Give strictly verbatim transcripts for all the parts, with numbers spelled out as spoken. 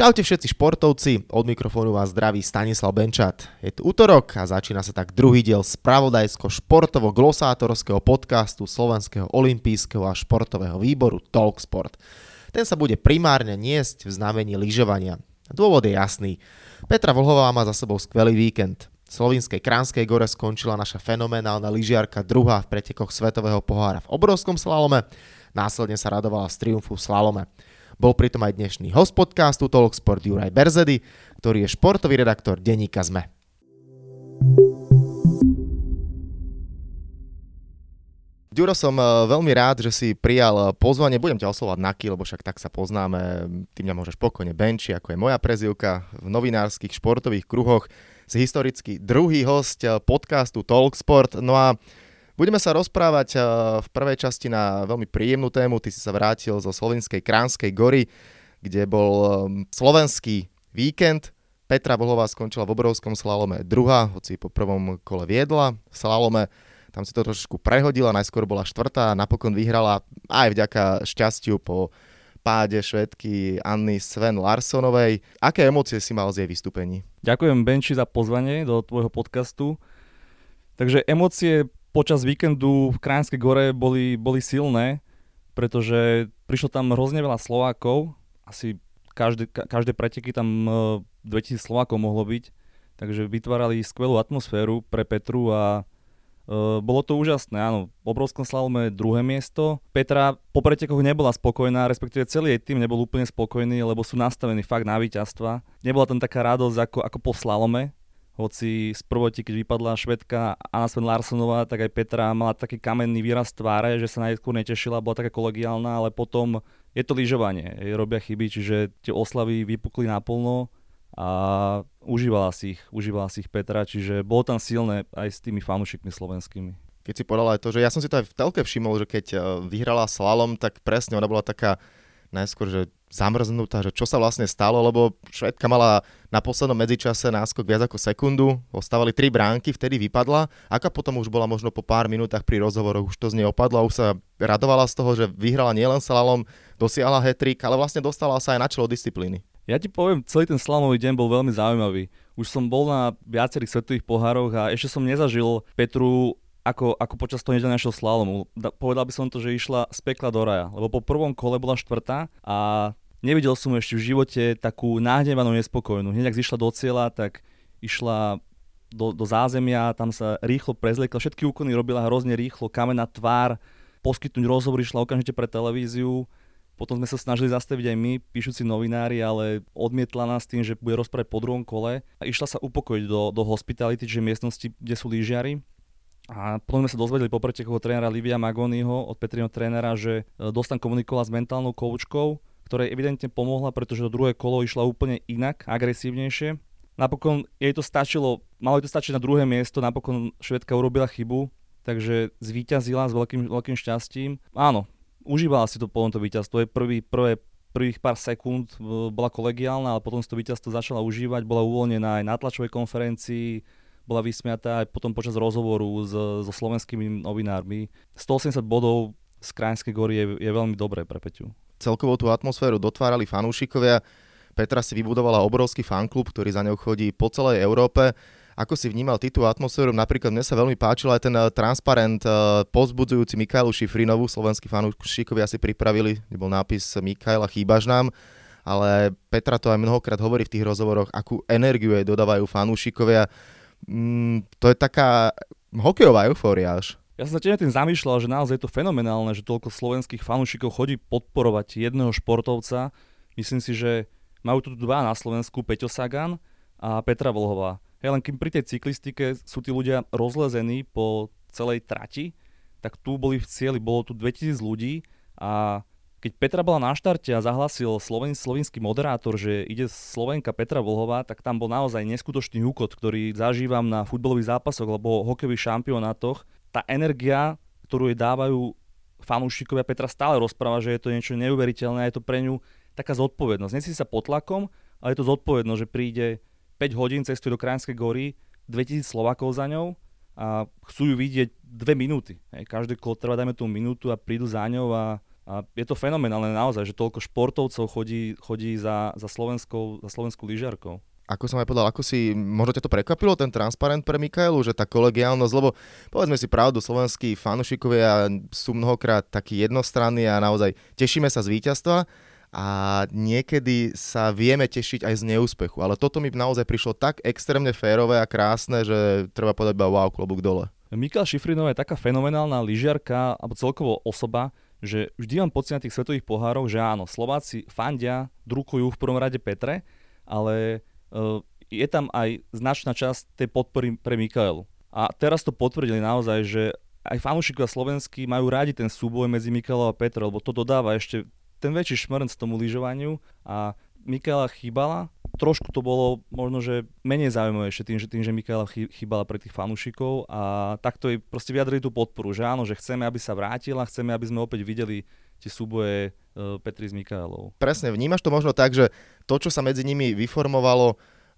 Čaute všetci športovci, od mikrofónu vás zdraví Stanislav Benčat. Je tu utorok a začína sa tak druhý diel spravodajsko-športovo-glosátorského podcastu Slovenského olympijského a športového výboru Talksport. Ten sa bude primárne niesť v znamení lyžovania. Dôvod je jasný. Petra Vlhová má za sebou skvelý víkend. V slovinskej Kránskej gore skončila naša fenomenálna lyžiarka druhá v pretekoch svetového pohára v obrovskom slalome. Následne sa radovala z triumfu v slalome. Bol pritom aj dnešný host podcastu Talksport Juraj Berzedy, ktorý je športový redaktor denníka es em e. Ďuro, som veľmi rád, že si prijal pozvanie. Budem ťa oslovať Naki, lebo však tak sa poznáme. Ty mňa môžeš pokojne Benči, ako je moja prezývka v novinárskych športových kruhoch. Si historicky druhý host podcastu Talksport. No a budeme sa rozprávať v prvej časti na veľmi príjemnú tému. Ty si sa vrátil zo slovinskej Kránskej gory, kde bol slovenský víkend. Petra Vlhová skončila v obrovskom slalome druhá, hoci po prvom kole viedla v slalome. Tam si to trošku prehodila, najskôr bola štvrtá a napokon vyhrala aj vďaka šťastiu po páde Švédky Anny Sven Larssonovej. Aké emócie si mal z jej vystúpení? Ďakujem, Benči, za pozvanie do tvojho podcastu. Takže emócie počas víkendu v Kránskej gore boli, boli silné, pretože prišlo tam hrozne veľa Slovákov, asi každé, každé preteky tam dvetisíc Slovákov mohlo byť, takže vytvárali skvelú atmosféru pre Petru a uh, bolo to úžasné, áno, v obrovskom slalome druhé miesto. Petra po pretekoch nebola spokojná, respektíve celý jej tým nebol úplne spokojný, lebo sú nastavení fakt na víťazstva. Nebola tam taká radosť ako, ako po slalome. Hoci z prvoti, keď vypadla Švédka Anna Sven Larssonová, tak aj Petra mala taký kamenný výraz tváre, že sa najskôr netešila, bola taká kolegiálna, ale potom je to lyžovanie, robia chyby, čiže tie oslavy vypukli naplno a užívala si ich, užívala si ich Petra, čiže bolo tam silné aj s tými fanúšikmi slovenskými. Keď si povedal aj to, že ja som si to aj v telke všimol, že keď vyhrala slalom, tak presne ona bola taká najskôr, že zamrznutá, že čo sa vlastne stalo, lebo Švédka mala na poslednom medzičase náskok viac ako sekundu, ostávali tri bránky, vtedy vypadla, aká potom už bola možno po pár minútach pri rozhovoroch, už to z nej opadlo a už sa radovala z toho, že vyhrala nielen slalom, dosiahla hat-trick, ale vlastne dostala sa aj na čelo disciplíny. Ja ti poviem, celý ten slalomový deň bol veľmi zaujímavý. Už som bol na viacerých svetových pohároch a ešte som nezažil Petru Ako, ako počas toho nedeľného slalomu. Da, povedal by som to, že išla z pekla do raja, lebo po prvom kole bola štvrtá a nevidel som ešte v živote takú nahnevanú nespokojnú. Hneď ak zišla do cieľa, tak išla do, do zázemia, tam sa rýchlo prezliekla, všetky úkony robila hrozne rýchlo, kamenná tvár, poskytnúť rozhovor, išla okamžite pre televíziu. Potom sme sa snažili zastaviť aj my, píšuci novinári, ale odmietla nás tým, že bude rozprávať po druhom kole a išla sa upokojiť do, do hospitality, čiže miestnosti, kde sú lyžiari. A potom sme sa dozvedeli po pretekoch od trénera Livia Magoniho, od Petriho trénera, že Dostan komunikoval s mentálnou koučkou, ktorej evidentne pomohla, pretože to druhé kolo išla úplne inak, agresívnejšie. Napokon jej to stačilo, malo jej to stačiť na druhé miesto, napokon Švédka urobila chybu, takže zvíťazila s veľkým, veľkým šťastím. Áno, užívala si to potom to víťazstvo, prvý, prvé, prvých pár sekúnd bola kolegiálna, ale potom si to víťazstvo začala užívať, bola uvoľnená aj na tlačovej konferencii, bola vysmiatá aj potom počas rozhovoru so, so slovenskými novinármi. stoosemdesiat bodov z Kránskej gory je, je veľmi dobré pre Peťu. Celkovo tú atmosféru dotvárali fanúšikovia. Petra si vybudovala obrovský fanklub, ktorý za ňou chodí po celej Európe. Ako si vnímal ty tú atmosféru? Napríklad mne sa veľmi páčil aj ten transparent povzbudzujúci Michaelu Šifrinovu. Slovenskí fanúšikovia si pripravili, kde bol nápis Michaela, chýbaš nám. Ale Petra to aj mnohokrát hovorí v tých rozhovoroch, akú energiu jej dodávajú fanúšikovia. Mm, to je taká hokejová eufória až. Ja som sa tiež tým zamýšľal, že naozaj je to fenomenálne, že toľko slovenských fanúšikov chodí podporovať jedného športovca. Myslím si, že majú tu dva na Slovensku, Peťo Sagan a Petra Vlhová. Hej, len kým pri tej cyklistike sú tí ľudia rozlezení po celej trati, tak tu boli v cieli, bolo tu dvetisíc ľudí a keď Petra bola na štarte a zahlasil sloven, slovenský moderátor, že ide Slovenka Petra Vlhová, tak tam bol naozaj neskutočný hukot, ktorý zažívam na futbalových zápasoch alebo hokejových šampionátoch. Tá energia, ktorú jej dávajú fanúšikovia, Petra stále rozpráva, že je to niečo neuveriteľné a je to pre ňu taká zodpovednosť. Nesí sa pod tlakom, ale je to zodpovednosť, že príde päť hodín, cestuje do Kránskej gory, dvetisíc Slovákov za ňou a chcú ju vidieť dve minúty. Každé kolo trvá, dajme tú minútu a prídu za ňou a A je to fenomenálne naozaj, že toľko športovcov chodí, chodí za, za, slovenskou, za slovenskou lyžiarkou. Ako som aj povedal, ako si, možno ťa to prekvapilo, ten transparent pre Michaelu, že tá kolegiálnosť, lebo povedzme si pravdu, slovenskí fanúšikovia sú mnohokrát takí jednostranní a naozaj tešíme sa z víťazstva a niekedy sa vieme tešiť aj z neúspechu, ale toto mi naozaj prišlo tak extrémne férové a krásne, že treba povedať iba wow, klobúk dole. Michaela Šifrinová je taká fenomenálna lyžiarka alebo celkovo osoba, že vždy mám pocit na tých svetových pohároch, že áno, Slováci fandia, drukujú v prvom rade Petre, ale uh, je tam aj značná časť tej podpory pre Michaelu. A teraz to potvrdili naozaj, že aj fanúšikovia slovenskí majú rádi ten súboj medzi Michaelou a Petrou, lebo to dodáva ešte ten väčší šmrnc tomu lyžovaniu a Michaela chýbala. Trošku to bolo možno, že menej zaujímavé ešte tým, že, tým, že Michaela chýbala pre tých fanúšikov a takto jej proste vyjadrili tú podporu, že áno, že chceme, aby sa vrátila, chceme, aby sme opäť videli tie súboje uh, Petry s Michaelou. Presne, vnímaš to možno tak, že to, čo sa medzi nimi vyformovalo,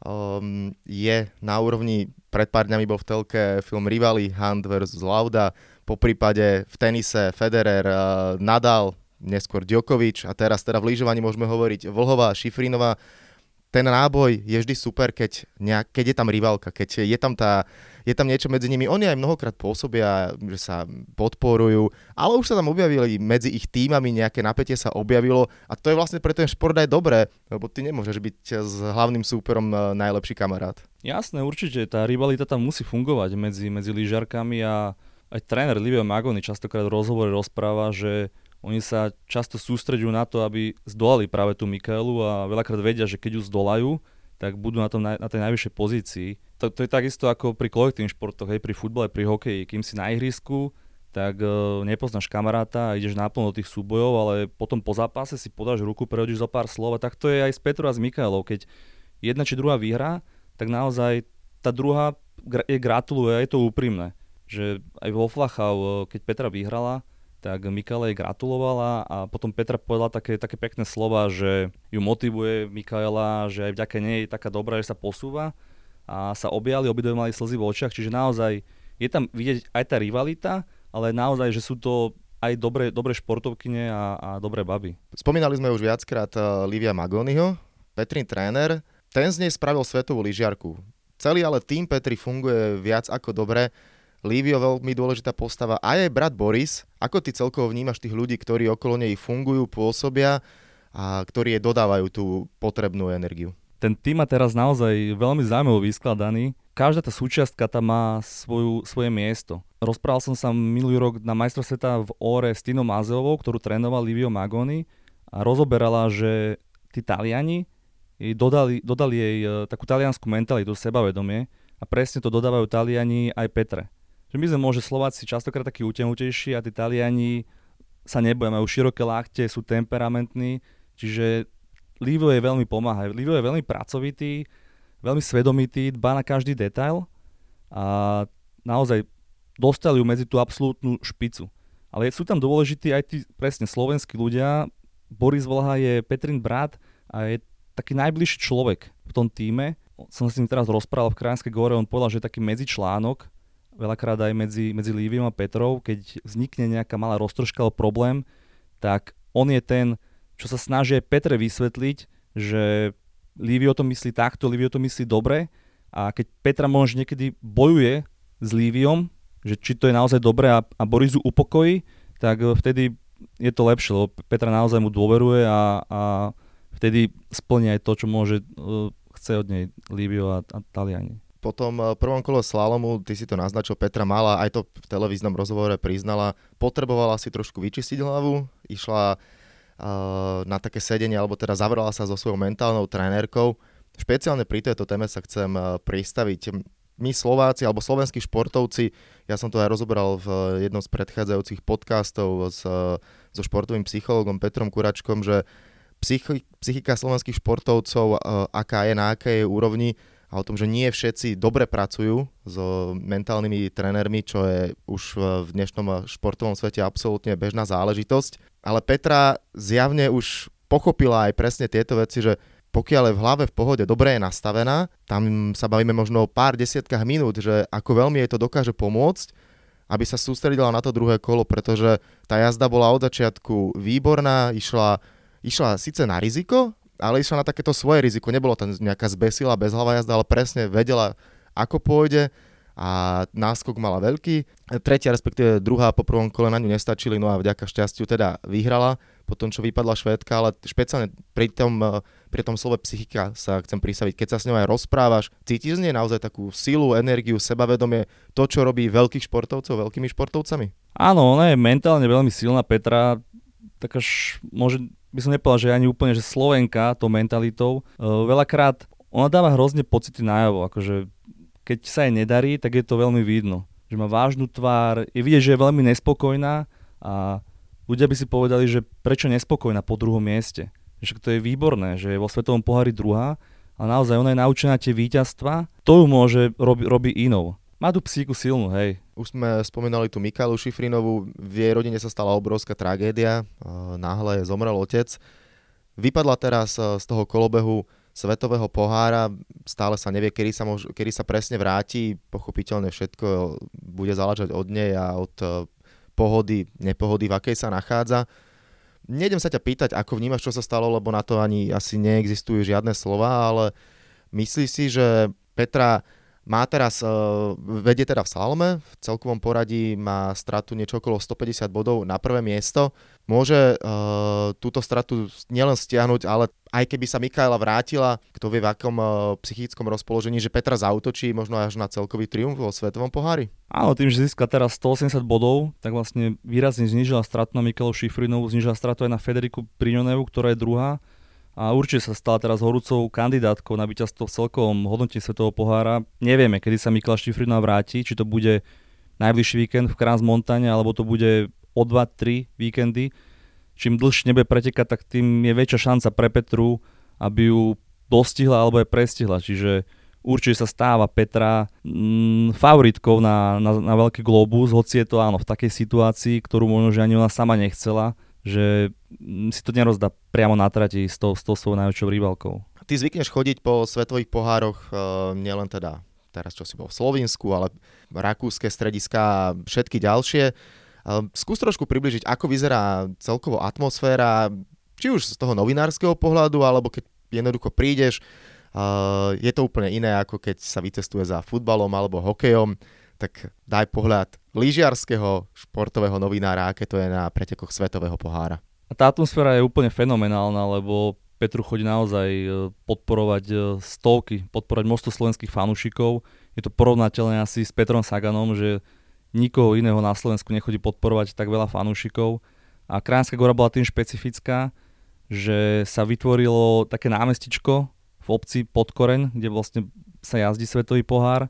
um, je na úrovni, pred pár dňami bol v telke film Rivali, Hunt versus Lauda, po prípade v tenise Federer, uh, Nadal, neskôr Djokovic a teraz teda v lyžovaní môžeme hovoriť Vlhová, Šifrinová. Ten náboj je vždy super, keď, nejak, keď je tam rivalka, keď je tam, tá, je tam niečo medzi nimi. Oni aj mnohokrát pôsobia, že sa podporujú, ale už sa tam objavili medzi ich tímami, nejaké napätie sa objavilo a to je vlastne pre ten šport aj dobré, lebo ty nemôžeš byť s hlavným súperom najlepší kamarát. Jasné, určite, tá rivalita tam musí fungovať medzi, medzi lyžiarkami a aj tréner Livio Magoni častokrát v rozhovore rozpráva, že oni sa často sústreďujú na to, aby zdolali práve tú Michaelu a veľakrát vedia, že keď ju zdolajú, tak budú na, tom, na tej najvyššej pozícii. To, to je takisto ako pri kolektívnych športoch, hej, pri futbale, pri hokeji. Kým si na ihrisku, tak uh, nepoznáš kamaráta a ideš naplno do tých súbojov, ale potom po zápase si podáš ruku, prehodíš zo pár slov a tak to je aj s Petrou a s Michaelou. Keď jedna či druhá vyhrá, tak naozaj tá druhá je gratuluje, je to úprimné. Že aj vo Flachau, keď Petra vyhrala, tak Michaela jej gratulovala a potom Petra povedala také, také pekné slova, že ju motivuje Michaela, že aj vďaka nej je taká dobrá, že sa posúva a sa objali, obidve mali slzy v očiach, čiže naozaj je tam vidieť aj tá rivalita, ale naozaj, že sú to aj dobré, dobré športovkyne a, a dobré baby. Spomínali sme už viackrát uh, Livia Magoniho, Petrin tréner, ten z nej spravil svetovú lyžiarku. Celý ale tým Petri funguje viac ako dobre. Livio veľmi dôležitá postava, aj jej brat Boris. Ako ty celkovo vnímaš tých ľudí, ktorí okolo nej fungujú, pôsobia a ktorí jej dodávajú tú potrebnú energiu? Ten tým má teraz naozaj veľmi zaujímavo vyskladaný. Každá tá súčiastka tam má svoju, svoje miesto. Rozprával som sa minulý rok na majstrov sveta v Óre s Tinou Mazeovou, ktorú trénoval Livio Magoni a rozoberala, že tí Taliani jej dodali, dodali jej takú taliansku mentalitu, sebavedomie a presne to dodávajú Taliani aj Petre. Že my sme môže Slováci častokrát takí utiahnutejší a tí Taliani sa neboja, majú široké lakte, sú temperamentní, čiže Livio je veľmi pomáha. Livio je veľmi pracovitý, veľmi svedomitý, dbá na každý detail a naozaj dostali ju medzi tú absolútnu špicu. Ale sú tam dôležití aj tí presne slovenskí ľudia. Boris Vlha je Petrin brat a je taký najbližší človek v tom tíme. Som s ním teraz rozprával v Krajinskej Góre, on povedal, že je taký medzičlánok, veľakrát aj medzi, medzi Liviom a Petrou, keď vznikne nejaká malá roztržka alebo problém, tak on je ten, čo sa snaží aj Petre vysvetliť, že Livio to myslí takto, Livio to myslí dobre a keď Petra možno niekedy bojuje s Liviom, že či to je naozaj dobré a, a Boris ju upokojí, tak vtedy je to lepšie, lebo Petra naozaj mu dôveruje a, a vtedy splní aj to, čo môže, chce od nej Livio a, a Taliani. Po tom prvom kole slalomu, ty si to naznačil, Petra mala, aj to v televíznom rozhovore priznala, potrebovala si trošku vyčistiť hlavu, išla uh, na také sedenie, alebo teda zavrala sa so svojou mentálnou trénerkou. Špeciálne pri tejto téme sa chcem uh, pristaviť. My Slováci, alebo slovenskí športovci, ja som to aj rozoberal v jednom z predchádzajúcich podcastov s, so športovým psychologom Petrom Kuračkom, že psychi- psychika slovenských športovcov, uh, aká je, na akej úrovni, a o tom, že nie všetci dobre pracujú so mentálnymi trénermi, čo je už v dnešnom športovom svete absolútne bežná záležitosť. Ale Petra zjavne už pochopila aj presne tieto veci, že pokiaľ je v hlave v pohode dobre je nastavená, tam sa bavíme možno o pár desiatkách minút, že ako veľmi jej to dokáže pomôcť aby sa sústredila na to druhé kolo, pretože tá jazda bola od začiatku výborná, išla, išla síce na riziko, ale išla na takéto svoje riziko. Nebolo tam nejaká zbesila, bezhlavá jazda, ale presne vedela, ako pôjde a náskok mala veľký. Tretia, respektíve druhá po prvom kole na ňu nestačili, no a vďaka šťastiu teda vyhrala po tom, čo vypadla Švédka, ale špeciálne pri tom, pri tom slove psychika sa chcem pristaviť. Keď sa s ňou aj rozprávaš, cítiš z nej naozaj takú silu, energiu, sebavedomie, to, čo robí veľkých športovcov, veľkými športovcami? Áno, ona je mentálne veľmi silná, Petra, tak až môže, by som nepovedal, že ani úplne, že Slovenka tou mentalitou. Uh, veľakrát ona dáva hrozne pocity najavo, akože keď sa jej nedarí, tak je to veľmi vidno. Že má vážnu tvár, je vidieť, že je veľmi nespokojná a ľudia by si povedali, že prečo nespokojná po druhom mieste. Že to je výborné, že je vo svetovom pohári druhá a naozaj ona je naučená tie víťazstva, to ju môže robiť robí inou. Má tu psíku silnú, hej. Už sme spomínali tu Mikaelu Šifrinovú, v jej rodine sa stala obrovská tragédia, náhle zomrel otec. Vypadla teraz z toho kolobehu svetového pohára, stále sa nevie, kedy sa, môž, kedy sa presne vráti, pochopiteľne všetko bude záležať od nej a od pohody, nepohody, v akej sa nachádza. Nejdem sa ťa pýtať, ako vnímaš, čo sa stalo, lebo na to ani asi neexistujú žiadne slova, ale myslíš si, že Petra má teraz, uh, vedie teda v slalome, v celkovom poradí má stratu niečo okolo stopäťdesiat bodov na prvé miesto. Môže uh, túto stratu nielen stiahnuť, ale aj keby sa Mikaela vrátila, kto vie v akom uh, psychickom rozpoložení, že Petra zautočí možno až na celkový triumf vo svetovom pohári? Áno, tým, že získa teraz stoosemdesiat bodov, tak vlastne výrazne znížila stratu na Mikaelu Šifrinovú, znížila stratu aj na Federiku Brignonevu, ktorá je druhá. A určite sa stala teraz horúcou kandidátkou na víťazstvo v celkovom hodnotení svetového pohára. Nevieme, kedy sa Mikaela Šifrinová vráti, či to bude najbližší víkend v Crans-Montane, alebo to bude o dva tri víkendy. Čím dlhšie nebude pretekať, tak tým je väčšia šanca pre Petru, aby ju dostihla alebo aj prestihla. Čiže určite sa stáva Petra mm, favoritkou na, na, na veľký globus, hoci je to áno v takej situácii, ktorú možno, že ani ona sama nechcela, že si to nerozdá priamo na trati s tou, s tou svojou najväčšou rivalkou. Ty zvykneš chodiť po svetových pohároch, uh, nielen teda teraz, čo si bol v Slovinsku, ale rakúske strediská a všetky ďalšie. Uh, skús trošku približiť, ako vyzerá celkovo atmosféra, či už z toho novinárskeho pohľadu, alebo keď jednoducho prídeš, uh, je to úplne iné, ako keď sa vycestuje za futbalom alebo hokejom. Tak daj pohľad lyžiarskeho športového novinára, aké to je na pretekoch svetového pohára. A tá atmosféra je úplne fenomenálna, lebo Petru chodí naozaj podporovať stovky, podporovať množstvo slovenských fanúšikov. Je to porovnateľné asi s Petrom Saganom, že nikoho iného na Slovensku nechodí podporovať tak veľa fanúšikov. A Kráňska Gora bola tým špecifická, že sa vytvorilo také námestičko v obci Podkoreň, kde vlastne sa jazdí svetový pohár.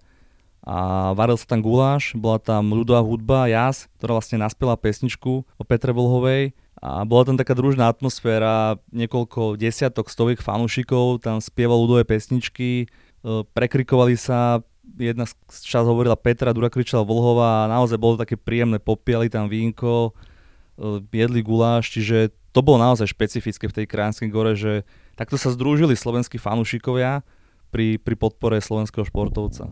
A varil sa tam guláš, bola tam ľudová hudba, jazz, ktorá vlastne naspela pesničku o Petre Vlhovej a bola tam taká družná atmosféra, niekoľko desiatok, stoviek fanúšikov, tam spieval ľudové pesničky, prekrikovali sa, jedna časť hovorila Petra, druhá kričala Vlhová a naozaj bolo také príjemné, popíjali tam vínko, jedli guláš, čiže to bolo naozaj špecifické v tej Kráňskej Gore, že takto sa združili slovenskí fanúšikovia pri, pri podpore slovenského športovca.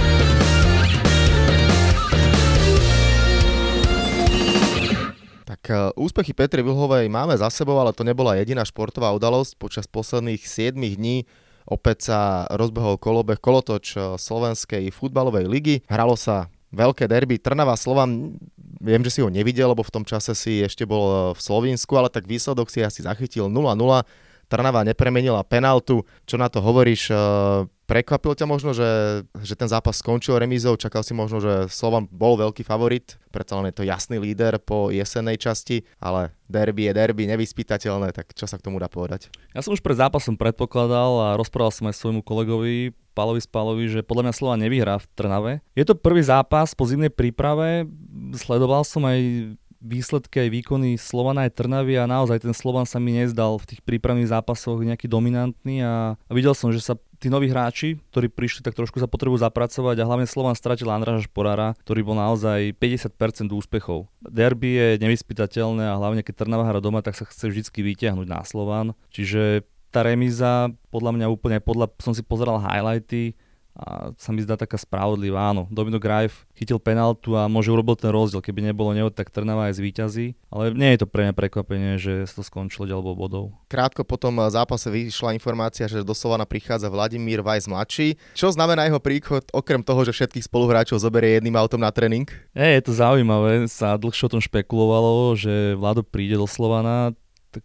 Tak uh, úspechy Petry Vlhovej máme za sebou, ale to nebola jediná športová udalosť. Počas posledných siedmich dní opäť sa rozbehol kolobeh kolotoč Slovenskej futbalovej ligy. Hralo sa veľké derby Trnava Slovan. Viem, že si ho nevidel, lebo v tom čase si ešte bol v Slovinsku, ale tak výsledok si asi zachytil nula nula. Trnava nepremenila penáltu. Čo na to hovoríš? Prekvapil ťa možno, že, že ten zápas skončil remízou? Čakal si možno, že Slovan bol veľký favorit? Predsa len je to jasný líder po jesennej časti, ale derby je derby, nevyspytateľné, tak čo sa k tomu dá povedať? Ja som už pred zápasom predpokladal a rozprával som aj svojmu kolegovi Pálovi Spálovi, že podľa mňa Slovan nevyhrá v Trnave. Je to prvý zápas po zimnej príprave, sledoval som aj výsledky aj výkony Slovana aj Trnavy a naozaj ten Slovan sa mi nezdal v tých prípravných zápasoch nejaký dominantný a videl som, že sa tí noví hráči, ktorí prišli, tak trošku sa potrebujú zapracovať a hlavne Slovan stratil Andráža Šporára, ktorý bol naozaj päťdesiat percent úspechov. Derby je nevyspytateľné a hlavne keď Trnava hrá doma, tak sa chce vždycky vytiahnuť na Slovan. Čiže tá remíza podľa mňa úplne, podľa som si pozeral highlighty a sa mi zdá taká spravodlivá. Áno, Domino Graif chytil penáltu a môže urobiť ten rozdiel. Keby nebolo neho, tak Trnava aj zvíťazí. Ale nie je to pre mňa prekvapenie, že sa to skončilo ďalbou bodov. Krátko po tom zápase vyšla informácia, že do Slovana prichádza Vladimír Vajs mladší. Čo znamená jeho príchod, okrem toho, že všetkých spoluhráčov zoberie jedným autom na tréning? Je, je to zaujímavé. Sa dlhšie o tom špekulovalo, že Vlado príde do Slovana, tak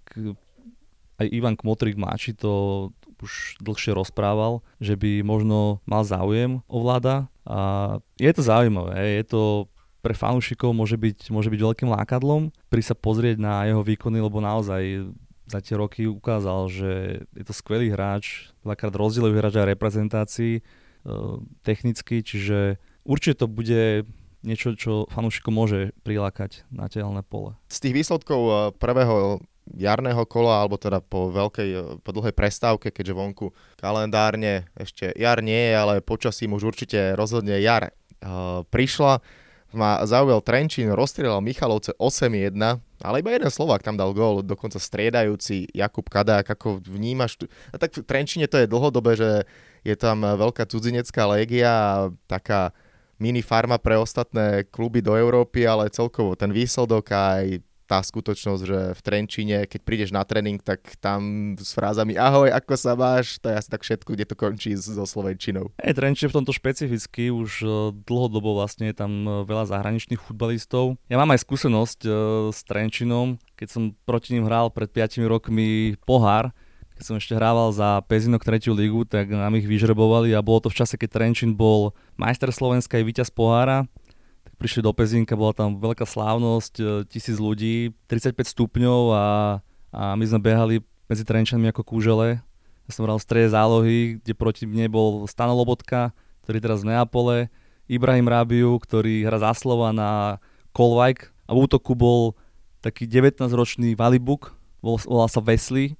aj Ivan Kmotrík mladší to už dlhšie rozprával, že by možno mal záujem o Vlada a je to zaujímavé, je to pre fanúšikov môže byť, môže byť veľkým lákadlom pri sa pozrieť na jeho výkony, lebo naozaj za tie roky ukázal, že je to skvelý hráč, dvakrát rozdielový hráč aj reprezentácii e, technicky, čiže určite to bude niečo, čo fanúšikov môže prilákať na tehelné pole. Z tých výsledkov prvého jarného kola, alebo teda po veľkej, po dlhej prestávke, keďže vonku kalendárne ešte jar nie je, ale počasím už určite rozhodne jar uh, prišla. Ma zaujal Trenčín, rozstrieľal Michalovce osem jedna, ale iba jeden Slovák tam dal gól, dokonca striedajúci Jakub Kadák. Ako vnímaš? A tak v Trenčíne to je dlhodobé, že je tam veľká cudzinecká légia a taká mini farma pre ostatné kluby do Európy, ale celkovo ten výsledok aj tá skutočnosť, že v Trenčíne, keď prídeš na tréning, tak tam s frázami ahoj, ako sa máš, to je asi tak všetko, kde to končí so slovenčinou. Hey, Trenčín v tomto špecificky, už dlhodobo vlastne je tam veľa zahraničných futbalistov. Ja mám aj skúsenosť uh, s Trenčínom, keď som proti ním hral pred piatimi rokmi pohár, keď som ešte hrával za Pezinok tretiu ligu, tak nám ich vyžrebovali a bolo to v čase, keď Trenčín bol majster Slovenska aj víťaz pohára. Prišli do Pezínka, bola tam veľká slávnosť, tisíc ľudí, tridsaťpäť stupňov a, a my sme behali medzi Trenčanmi ako kúžele. Ja som hral v strede zálohy, kde proti mne bol Stano Lobotka, ktorý teraz v Neapole, Ibrahim Rabiu, ktorý hrá za Slovan a Kolvajk. A v útoku bol taký devätnásťročný Valibuk, volal sa Wesley.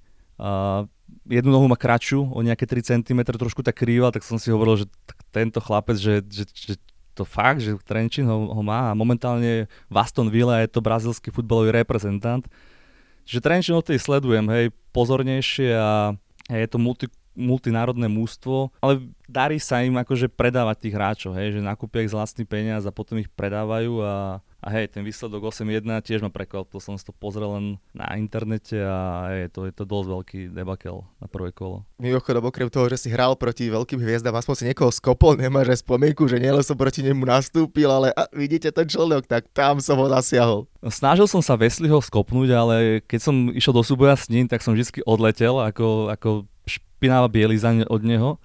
A jednu nohu má kratšiu, o nejaké tri centimetre, trošku tak krýval, tak som si hovoril, že tento chlapec, že, že, že to fakt, že Trenčín ho, ho má a momentálne v Aston Villa je to brazílsky futbalový reprezentant. Čiže Trenčín od tej sledujem, hej, pozornejšie a hej, je to multi, multinárodné mústvo, ale darí sa im akože predávať tých hráčov, hej, že nakúpia ich za vlastný peniaz a potom ich predávajú a, a hej, ten výsledok osem jedna tiež ma prekvapil, som si to pozrel len na internete a hej, to je to dosť veľký debakel na prvé kolo. Mimochodom, okrem toho, že si hral proti veľkým hviezdám, aspoň si niekoho skopol, nemáš aj spomienku, že nielen som proti nemu nastúpil, ale a, vidíte ten člnok, tak tam som ho nasiahol. Snažil som sa Wesleyho skopnúť, ale keď som išiel do súboja s ním, tak som vždy odletel ako, ako špinavá bieliza od neho.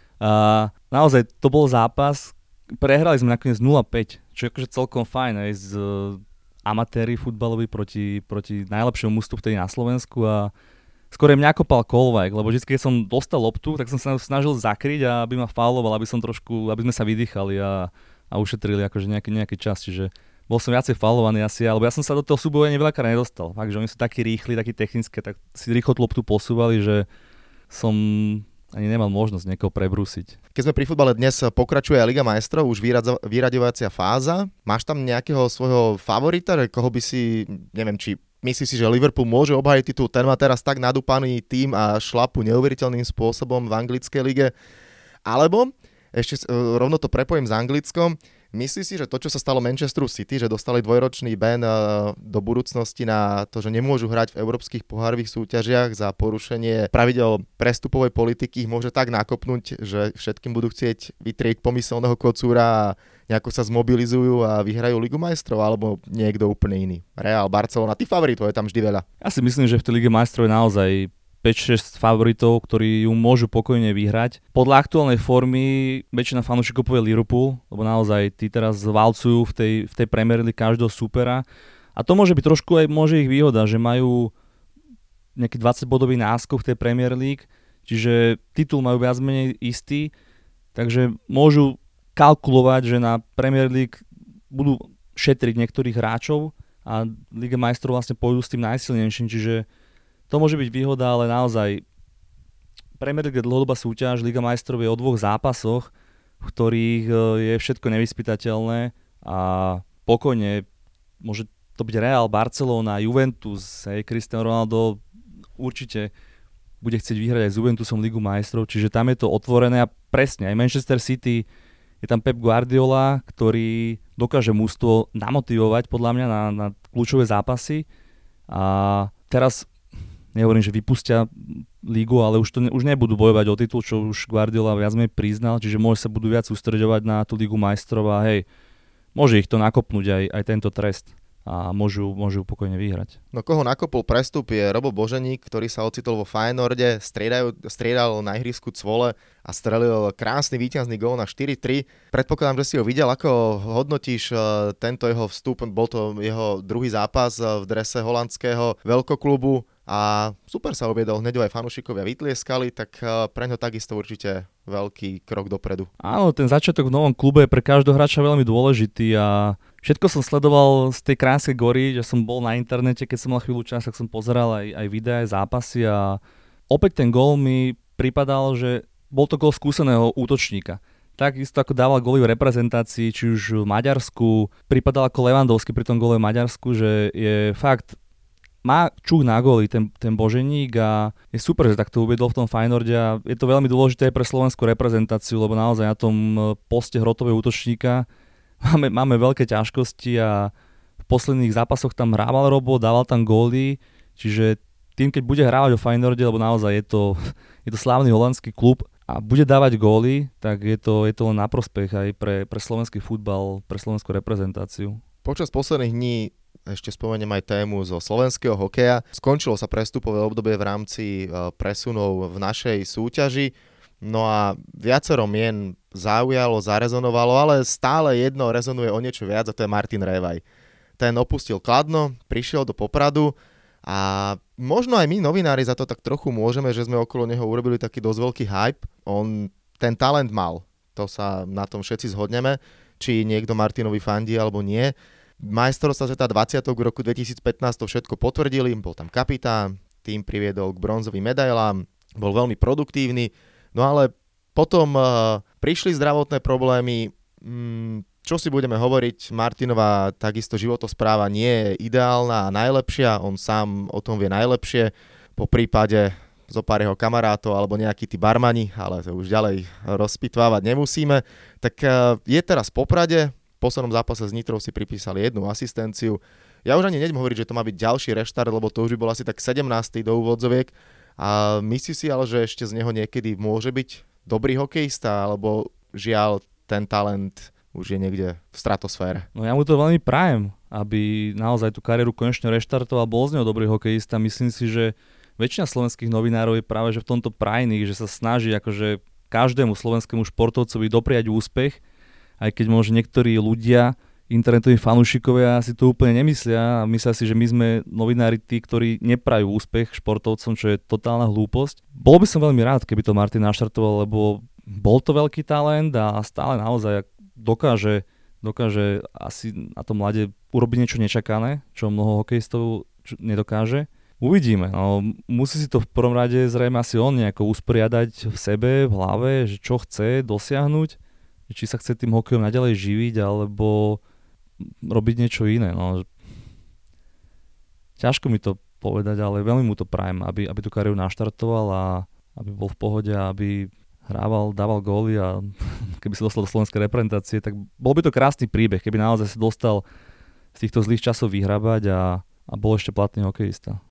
A naozaj to bol zápas, prehrali sme nakoniec nula päť, čo je akože celkom fajn aj z amatéri futbaloví proti, proti najlepšiemu mužstvu vtedy na Slovensku a skôr mňa kopal Kolvajk, lebo vždy, keď som dostal loptu, tak som sa snažil zakryť a aby ma fauloval, aby som trošku, aby sme sa vydýchali a, a ušetrili akože nejaký, nejaký čas, čiže bol som viacej faulovaný asi, alebo ja som sa do toho súboja neveľakrát nedostal, fakt, že oni sú takí rýchli, takí technické, tak si rýchlo loptu posúvali, že som ani nemal možnosť niekoho prebrúsiť. Keď sme pri futbale dnes, pokračuje Liga majstrov, už vyraďovacia fáza. Máš tam nejakého svojho favorita, koho by si, neviem, či myslíš si, že Liverpool môže obhájiť titul, ten má teraz tak nadúpaný tým a šlapu neuveriteľným spôsobom v anglickej lige, alebo ešte rovno to prepojím s Anglickom. Myslíš si, že to, čo sa stalo Manchesteru City, že dostali dvojročný ban do budúcnosti na to, že nemôžu hrať v európskych pohárových súťažiach za porušenie pravidel prestupovej politiky, ich môže tak nakopnúť, že všetkým budú chcieť vytrieť pomyselného kocúra a nejako sa zmobilizujú a vyhrajú Ligu majstrov, alebo niekto úplne iný. Real, Barcelona, tých favoritov je tam vždy veľa. Ja si myslím, že v tej Lige majstrov je naozaj päť šesť favoritov, ktorí ju môžu pokojne vyhrať. Podľa aktuálnej formy väčšina fanúšikov povie Liverpool, lebo naozaj tí teraz valcujú v tej, v tej Premier League každého supera. A to môže byť trošku aj môže ich výhoda, že majú nejaký dvadsaťbodový náskok v tej Premier League, čiže titul majú viac menej istý, takže môžu kalkulovať, že na Premier League budú šetriť niektorých hráčov a Liga majstrov vlastne pôjdu s tým najsilnejším, čiže to môže byť výhoda, ale naozaj Premier League je dlhodobá súťaž, Liga majstrov je o dvoch zápasoch, v ktorých je všetko nevyspytateľné a pokojne môže to byť Real, Barcelona, Juventus, hej, Cristiano Ronaldo určite bude chcieť vyhrať aj s Juventusom Ligu majstrov, čiže tam je to otvorené a presne, aj Manchester City, je tam Pep Guardiola, ktorý dokáže mužstvo namotivovať podľa mňa na, na kľúčové zápasy a teraz nehovorím, že vypustia lígu, ale už, to ne, už nebudú bojovať o titul, čo už Guardiola viac menej priznal, čiže môže sa budú viac sústreďovať na tú Ligu majstrov a hej, môže ich to nakopnúť aj, aj tento trest a môžu, môžu pokojne vyhrať. No koho nakopol prestup je Robo Boženík, ktorý sa ocitol vo Feyenoorde, striedal na ihrisku cvole a strelil krásny víťazný gól na štyri tri. Predpokladám, že si ho videl, ako hodnotíš tento jeho vstup, bol to jeho druhý zápas v drese holandského veľkoklubu a super sa uviedol, hneď aj fanúšikovia vytlieskali, tak pre ňo takisto určite veľký krok dopredu. Áno, ten začiatok v novom klube je pre každého hráča veľmi dôležitý a všetko som sledoval z tej krásnej gory, že som bol na internete, keď som mal chvíľu čas, tak som pozeral aj, aj videá, aj zápasy a opäť ten gól mi pripadal, že bol to gól skúseného útočníka. Takisto ako dával góly v reprezentácii, či už v Maďarsku, pripadal ako Lewandowski pri tom góle v Maďarsku, že je fakt má čuch na góly ten, ten Boženík a je super, že takto uviedol v tom Feyenoorde a je to veľmi dôležité aj pre slovenskú reprezentáciu, lebo naozaj na tom poste hrotového útočníka máme, máme veľké ťažkosti a v posledných zápasoch tam hrával Robo, dával tam góly, čiže tým, keď bude hrávať o Feyenoorde, lebo naozaj je to, je to slávny holandský klub a bude dávať góly, tak je to, je to len na prospech aj pre, pre slovenský futbal, pre slovenskú reprezentáciu. Počas posledných dní ešte spomeniem aj tému zo slovenského hokeja. Skončilo sa prestupové obdobie v rámci presunov v našej súťaži. No a viacero mien zaujalo, zarezonovalo, ale stále jedno rezonuje o niečo viac a to je Martin Révaj. Ten opustil Kladno, prišiel do Popradu a možno aj my novinári za to tak trochu môžeme, že sme okolo neho urobili taký dosť veľký hype. On ten talent mal, to sa na tom všetci zhodneme, či niekto Martinovi fandí alebo nie. Majstrovstvá sveta dvadsiatok v roku dvetisícpätnásť to všetko potvrdili, bol tam kapitán, tým priviedol k bronzovým medailám, bol veľmi produktívny, no ale potom uh, prišli zdravotné problémy, mm, čo si budeme hovoriť, Martinová takisto životospráva nie je ideálna a najlepšia, on sám o tom vie najlepšie, po prípade zo pár jeho kamarátov alebo nejakí tí barmani, ale to už ďalej rozpitvávať nemusíme, tak uh, je teraz v Poprade. V poslednom zápase s Nitrou si pripísali jednu asistenciu. Ja už ani nejdem hovoriť, že to má byť ďalší reštart, lebo to už by bol asi tak sedemnásty do úvodzoviek. A myslíš si ale, že ešte z neho niekedy môže byť dobrý hokejista, alebo žiaľ, ten talent už je niekde v stratosfére? No ja mu to veľmi prajem, aby naozaj tú kariéru konečne reštartoval, bol z neho dobrý hokejista. Myslím si, že väčšina slovenských novinárov je práve že v tomto prajných, že sa snaží akože každému slovenskému športovcovi dopriať úspech, aj keď možno niektorí ľudia, internetoví fanúšikovia si to úplne nemyslia a myslia si, že my sme novinári tí, ktorí neprajú úspech športovcom, čo je totálna hlúposť. Bol by som veľmi rád, keby to Martin naštartoval, lebo bol to veľký talent a stále naozaj dokáže, dokáže asi na tom mlade urobiť niečo nečakané, čo mnoho hokejistov nedokáže. Uvidíme. No, musí si to v prvom rade zrejme asi on nejako usporiadať v sebe, v hlave, že čo chce dosiahnuť, či sa chce tým hokejom naďalej živiť, alebo robiť niečo iné. No. Ťažko mi to povedať, ale veľmi mu to prajem, aby, aby tú kariéru naštartoval a aby bol v pohode a aby hrával, dával góly a keby sa dostal do slovenskej reprezentácie, tak bol by to krásny príbeh, keby naozaj sa dostal z týchto zlých časov vyhrabať a, a bol ešte platný hokejista.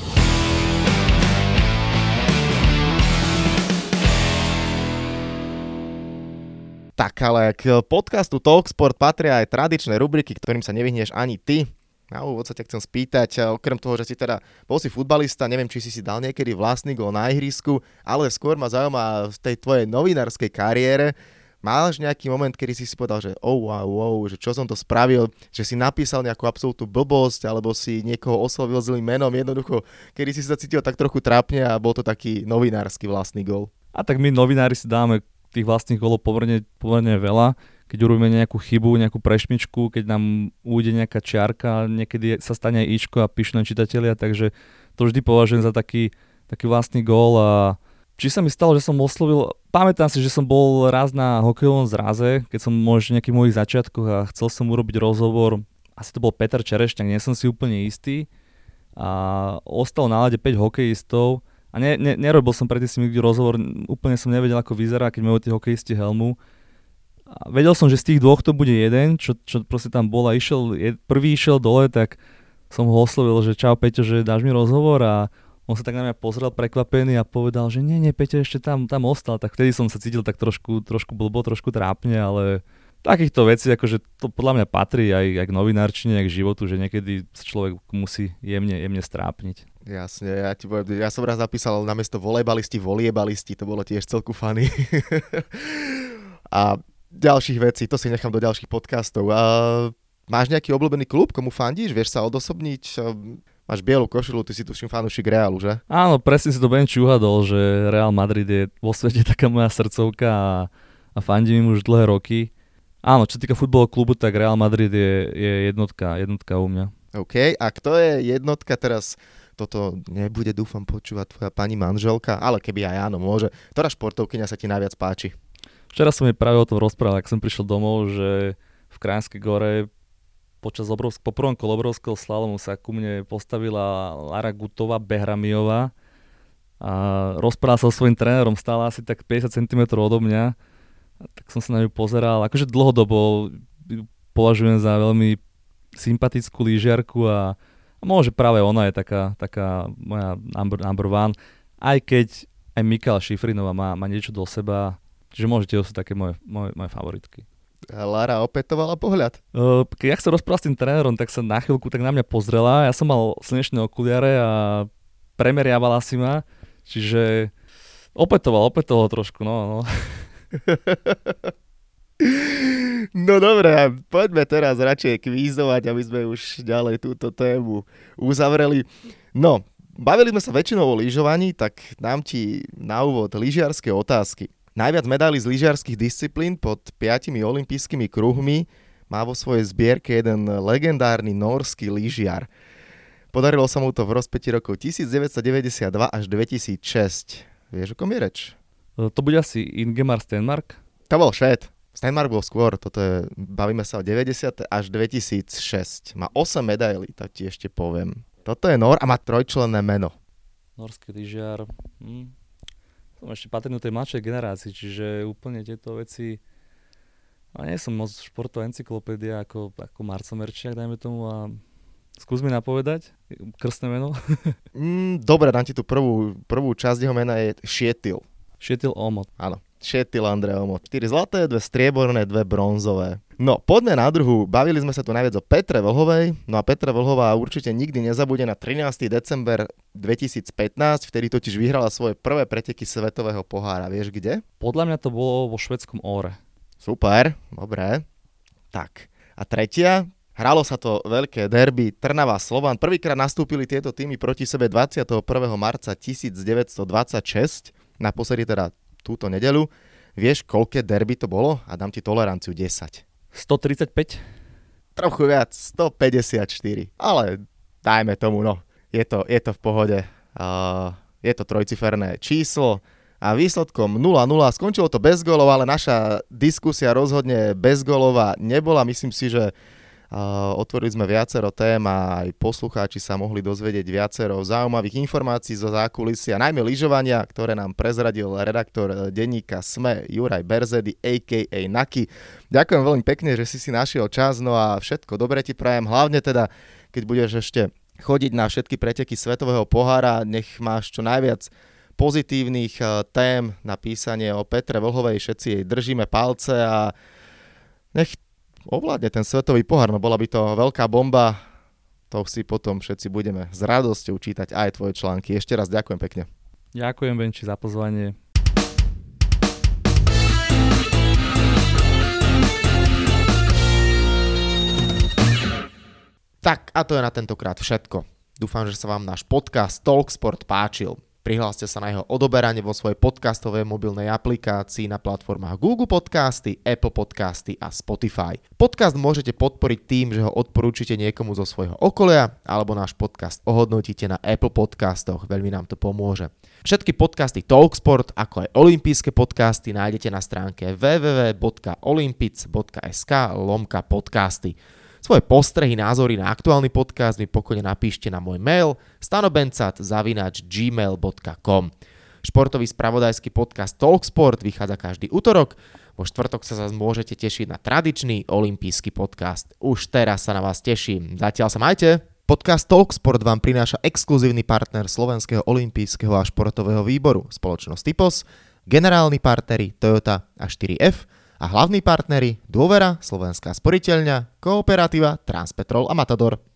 Tak ale k podcastu Talksport patria aj tradičné rubriky, ktorým sa nevyhneš ani ty. Na úvod sa ťa chcem spýtať, okrem toho, že si teda bol si futbalista, neviem, či si si dal niekedy vlastný gól na ihrisku, ale skôr ma zaujíma v tej tvojej novinárskej kariére. Máš nejaký moment, kedy si si povedal, že oh wow, wow, že čo som to spravil, že si napísal nejakú absolútnu blbosť, alebo si niekoho oslovil zlým menom, jednoducho, kedy si sa cítil tak trochu trápne a bol to taký novinársky vlastný gól. A tak my novinári si dáme tých vlastných golov pomerne, pomerne veľa. Keď urobíme nejakú chybu, nejakú prešmičku, keď nám ujde nejaká čiarka, niekedy sa stane aj ičko a píšu nám čitatelia, takže to vždy považujem za taký, taký vlastný gól. A či sa mi stalo, že som oslovil, pamätám si, že som bol raz na hokejovom zraze, keď som možno v nejakých mojich začiatkoch a chcel som urobiť rozhovor, asi to bol Peter Čerešťák, nie som si úplne istý, a ostalo na lade päť hokejistov A ne, ne, nerobil som predtým si nikdy rozhovor, úplne som nevedel, ako vyzerá, keď majú tí hokejisti helmu. A vedel som, že z tých dvoch to bude jeden, čo, čo proste tam bol a išiel, prvý išiel dole, tak som ho oslovil, že čau Peťo, že dáš mi rozhovor a on sa tak na mňa pozrel prekvapený a povedal, že nie, nie, Peťo ešte tam, tam ostal. Tak vtedy som sa cítil tak trošku, trošku blbo, trošku trápne, ale takýchto vecí, akože to podľa mňa patrí aj, aj k novinárčine, aj k životu, že niekedy sa človek musí jemne, jemne strápniť. Jasne, ja ti poviem, ja som raz napísal namiesto volejbalisti, voliebalisti, to bolo tiež celku funny. A ďalších vecí, to si nechám do ďalších podcastov. A máš nejaký obľúbený klub, komu fandíš? Vieš sa odosobniť? Máš bielu košelu, ty si tuším fanúšik Realu, že? Áno, presne si to Benči uhadol, že Real Madrid je vo svete taká moja srdcovka a, a fandím im už dlhé roky. Áno, čo týka futbalového klubu, tak Real Madrid je, je jednotka, jednotka u mňa. OK, a kto je jednotka teraz? Toto nebude, dúfam, počúvať tvoja pani manželka, ale keby aj áno, môže. Ktorá športovkyňa sa ti najviac páči? Včera som jej práve o tom rozprával, ak som prišiel domov, že v Krajinskej Gore počas obrovsk- po prvom kole obrovského slalomu sa ku mne postavila Lara Gutová Behramiová a rozprával sa so svojím trénerom, stála asi tak päťdesiat centimetrov odo mňa, tak som sa na ňu pozeral, akože dlhodobo považujem za veľmi sympatickú lyžiarku a, a môže práve ona je taká, taká moja number, number one, aj keď aj Mikaela Šifrinová má, má niečo do seba, čiže môžete, to sú také moje, moje, moje favoritky. Lara opätovala pohľad. Uh, keď ja som rozprával s tým trénerom, tak sa na chvíľku tak na mňa pozrela. Ja som mal slnečné okuliare a premeriavala si ma. Čiže opätoval, opätoval trošku, no. No, no dobre, poďme teraz radšej kvízovať, aby sme už ďalej túto tému uzavreli. No, bavili sme sa väčšinou o lyžovaní, tak dám ti na úvod lyžiarske otázky. Najviac medailí z lyžiarskych disciplín pod piatimi olympijskými kruhmi má vo svojej zbierke jeden legendárny norský lyžiar. Podarilo sa mu to v rozpätí rokov devätnásťstodeväťdesiatdva až dvetisícšesť. Vieš, o kom je reč? To bude asi Ingemar Stenmark? To bol Švéd. Stenmark bol skôr. Toto je, bavíme sa o deväťdesiate až dvetisícšesť. Má osem medailí, tak ti ešte poviem. Toto je Nor a má trojčlenné meno. Norský lyžiar... Hm. Som ešte patrný do tej mladšej generácii, čiže úplne tieto veci... A nie som moc športová encyklopédia ako, ako Marco Merčiak, dajme tomu, a skús mi napovedať krstné meno. mm, dobre, dám ti tú prvú, prvú časť, jeho mena je Šietil. Šietil Omot. Áno, Šietil Andrej Omot. štyri zlaté, dve strieborné, dve bronzové. No, poďme na druhú. Bavili sme sa tu najviac o Petre Vlhovej. No a Petra Vlhová určite nikdy nezabude na trinásteho december dvetisícpätnásť, vtedy totiž vyhrala svoje prvé preteky svetového pohára. Vieš kde? Podľa mňa to bolo vo švédskom Óre. Super, dobré. Tak, a tretia. Hralo sa to veľké derby Trnava-Slovan. Prvýkrát nastúpili tieto týmy proti sebe dvadsiateho prvého marca devätnásťstodvadsaťšesť. Naposledy teda túto nedeľu. Vieš, koľké derby to bolo? A dám ti toleranciu desať. stotridsaťpäť? Trochu viac, stopäťdesiatštyri. Ale dajme tomu, no. Je to, je to v pohode. Uh, je to trojciferné číslo. A výsledkom nula nula. Skončilo to bez gólov, ale naša diskusia rozhodne bezgólová nebola. Myslím si, že Uh, otvorili sme viacero tém a aj poslucháči sa mohli dozvedieť viacero zaujímavých informácií zo zákulisia, najmä lyžovania, ktoré nám prezradil redaktor denníka es em e Juraj Berzedy, á ká á Naki. Ďakujem veľmi pekne, že si si našiel čas, no a všetko dobre ti prajem, hlavne teda, keď budeš ešte chodiť na všetky preteky svetového pohára, nech máš čo najviac pozitívnych uh, tém na písanie o Petre Vlhovej, všetci jej držíme palce a nech ovládne ten svetový pohár, no bola by to veľká bomba, to si potom všetci budeme s radosťou čítať aj tvoje články. Ešte raz ďakujem pekne. Ďakujem, Benči, za pozvanie. Tak a to je na tentokrát všetko. Dúfam, že sa vám náš podcast Talksport páčil. Prihláste sa na jeho odoberanie vo svojej podcastovej mobilnej aplikácii na platformách Google Podcasty, Apple Podcasty a Spotify. Podcast môžete podporiť tým, že ho odporúčite niekomu zo svojho okolia alebo náš podcast ohodnotíte na Apple Podcastoch, veľmi nám to pomôže. Všetky podcasty Talksport, ako aj olympijské podcasty nájdete na stránke w w w bodka olympic bodka es ka lomka podcasty. Svoje postrehy, názory na aktuálny podcast mi pokojne napíšte na môj mail stanobencat zavináč gmail bodka com. Športový spravodajský podcast Talksport vychádza každý utorok. Vo štvrtok sa zase môžete tešiť na tradičný olympijský podcast. Už teraz sa na vás teším. Zatiaľ sa majte. Podcast Talksport vám prináša exkluzívny partner Slovenského olympijského a športového výboru, spoločnosť Typos, generálni partneri Toyota a štyri ef a hlavní partneri Dôvera, Slovenská sporiteľňa, Kooperativa, Transpetrol a Matador.